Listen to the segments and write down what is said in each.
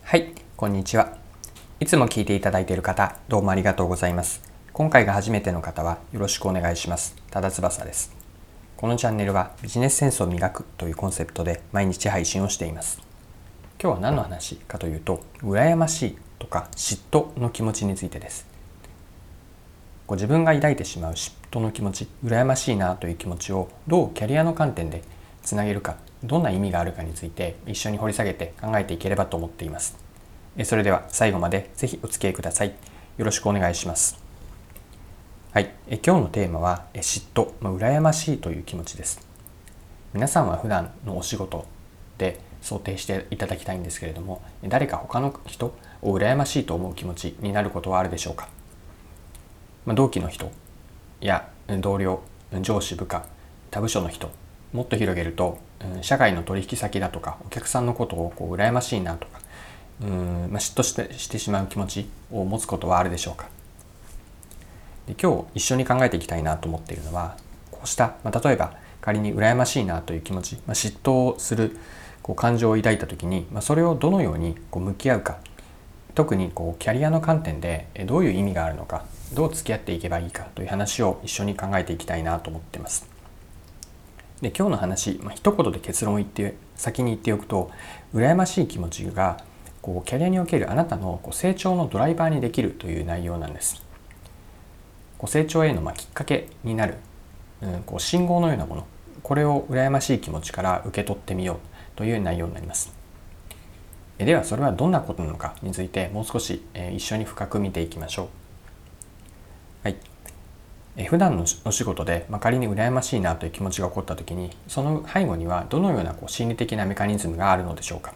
はい、こんにちは。いつも聞いていただいている方、どうもありがとうございます。今回が初めての方はよろしくお願いします。多田翼です。このチャンネルはビジネスセンスを磨くというコンセプトで毎日配信をしています。今日は何の話かというと、羨ましいとか嫉妬の気持ちについてです。自分が抱いてしまう嫉妬の気持ち、羨ましいなという気持ちをどうキャリアの観点でつなげるか、どんな意味があるかについて一緒に掘り下げて考えていければと思っています。それでは最後までぜひお付き合いください。よろしくお願いします。はい、今日のテーマは嫉妬、羨ましいという気持ちです。皆さんは普段のお仕事で想定していただきたいんですけれども、誰か他の人を羨ましいと思う気持ちになることはあるでしょうか。同期の人や同僚、上司、部下、他部署の人、もっと広げると社外の取引先だとかお客さんのことを羨ましいなとか嫉妬してしまう気持ちを持つことはあるでしょうか。で、今日一緒に考えていきたいなと思っているのは、こうした、例えば仮に羨ましいなという気持ち、嫉妬をする感情を抱いた時に、それをどのように向き合うか、特にキャリアの観点でどういう意味があるのか、どう付き合っていけばいいかという話を一緒に考えていきたいなと思っています。で、今日の話、一言で結論を先に言っておくと、羨ましい気持ちがキャリアにおけるあなたの成長のドライバーにできるという内容なんです。成長へのきっかけになる、信号のようなもの、これを羨ましい気持ちから受け取ってみようという内容になります。ではそれはどんなことなのかについてもう少し一緒に深く見ていきましょう。はい。普段のお仕事で、仮に羨ましいなという気持ちが起こった時に、その背後にはどのような心理的なメカニズムがあるのでしょうか。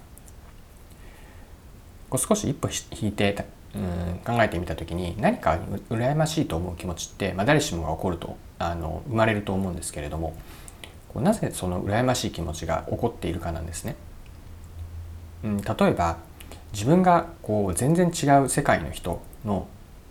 少し一歩引いて考えてみた時に、何か羨ましいと思う気持ちって、誰しもが起こると生まれると思うんですけれども、なぜその羨ましい気持ちが起こっているかなんですね。例えば自分が全然違う世界の人の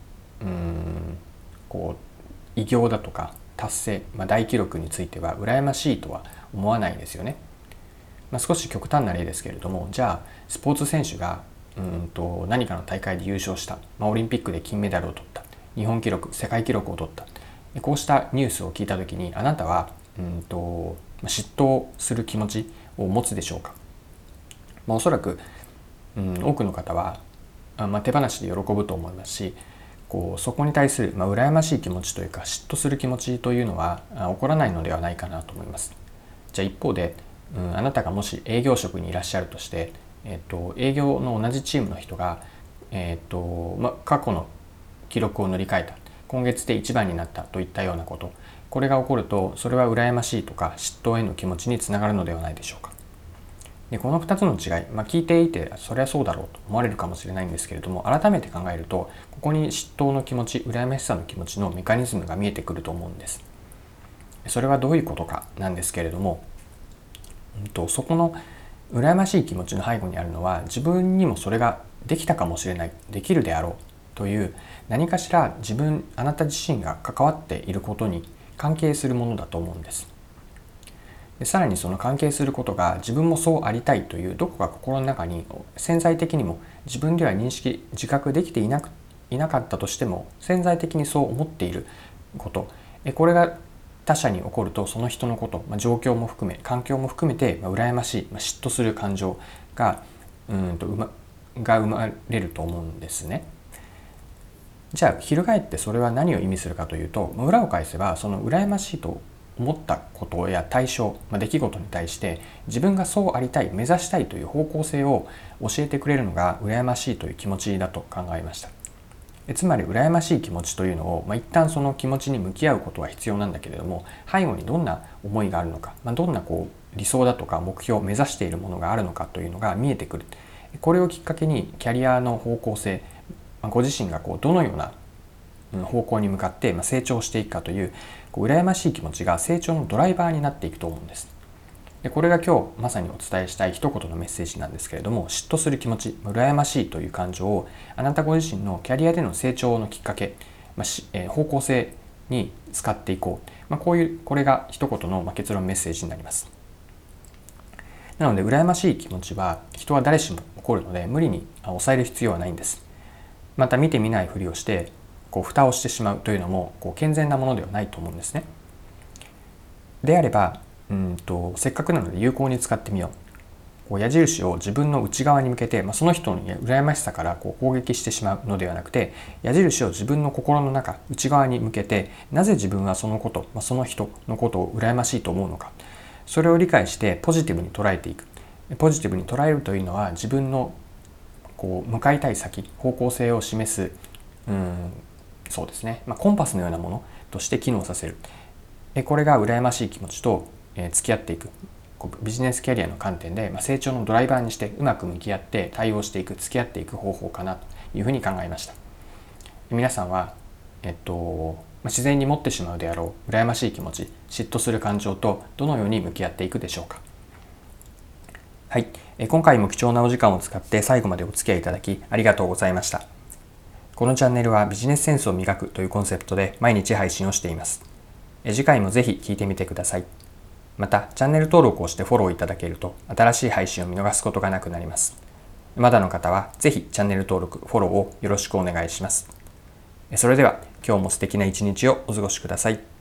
偉業だとか達成、大記録については羨ましいとは思わないですよね。少し極端な例ですけれども、じゃあスポーツ選手が何かの大会で優勝した、オリンピックで金メダルを取った、日本記録、世界記録を取った、こうしたニュースを聞いた時に、あなたは嫉妬する気持ちを持つでしょうか。おそらく、多くの方は、手放しで喜ぶと思いますし、そこに対する、羨ましい気持ちというか嫉妬する気持ちというのは起こらないのではないかなと思います。じゃあ一方で、あなたがもし営業職にいらっしゃるとして、営業の同じチームの人が、過去の記録を塗り替えた、今月で一番になったといったようなこと、これが起こると、それは羨ましいとか嫉妬への気持ちにつながるのではないでしょうか。で、この2つの違い、聞いていてそれはそうだろうと思われるかもしれないんですけれども、改めて考えると、ここに嫉妬の気持ち、羨ましさの気持ちのメカニズムが見えてくると思うんです。それはどういうことかなんですけれども、そこの羨ましい気持ちの背後にあるのは、自分にもそれができたかもしれない、できるであろうという何かしらあなた自身が関わっていることに関係するものだと思うんです。で、さらにその関係することが自分もそうありたいというどこか心の中に潜在的にも自分では自覚できていなかったとしても潜在的にそう思っていること、これが他者に起こると、その人のこと、状況も含め環境も含めて羨ましい、嫉妬する感情が生まれると思うんですね。じゃあ翻ってそれは何を意味するかというと、裏を返せばその羨ましいと思ったことや対象、出来事に対して自分がそうありたい、目指したいという方向性を教えてくれるのが羨ましいという気持ちだと考えました。つまり羨ましい気持ちというのを、一旦その気持ちに向き合うことは必要なんだけれども、背後にどんな思いがあるのか、どんな理想だとか目標を目指しているものがあるのかというのが見えてくる。これをきっかけにキャリアの方向性、ご自身がどのような方向に向かって成長していくかという羨ましい気持ちが成長のドライバーになっていくと思うんです。で、これが今日まさにお伝えしたい一言のメッセージなんですけれども、嫉妬する気持ち、羨ましいという感情をあなたご自身のキャリアでの成長のきっかけ、方向性に使っていこう、これが一言の結論メッセージになります。なので、羨ましい気持ちは人は誰しも起こるので、無理に抑える必要はないんです。また見て見ないふりをして蓋をしてしまうというのも健全なものではないと思うんですね。であればせっかくなので有効に使ってみよう。矢印を自分の内側に向けて、その人の羨ましさから攻撃してしまうのではなくて、矢印を自分の心の中、内側に向けて、なぜ自分はそのこと、その人のことを羨ましいと思うのか、それを理解してポジティブに捉えていく。ポジティブに捉えるというのは、自分の向かいたい先、方向性を示す、そうですね、コンパスのようなものとして機能させる。これが羨ましい気持ちと付き合っていく。ビジネスキャリアの観点で成長のドライバーにしてうまく向き合って対応していく、付き合っていく方法かなというふうに考えました。皆さんは、自然に持ってしまうであろう羨ましい気持ち、嫉妬する感情とどのように向き合っていくでしょうか。はい、今回も貴重なお時間を使って最後までお付き合いいただきありがとうございました。このチャンネルはビジネスセンスを磨くというコンセプトで毎日配信をしています。次回もぜひ聞いてみてください。また、チャンネル登録をしてフォローいただけると、新しい配信を見逃すことがなくなります。まだの方は、ぜひチャンネル登録、フォローをよろしくお願いします。それでは、今日も素敵な一日をお過ごしください。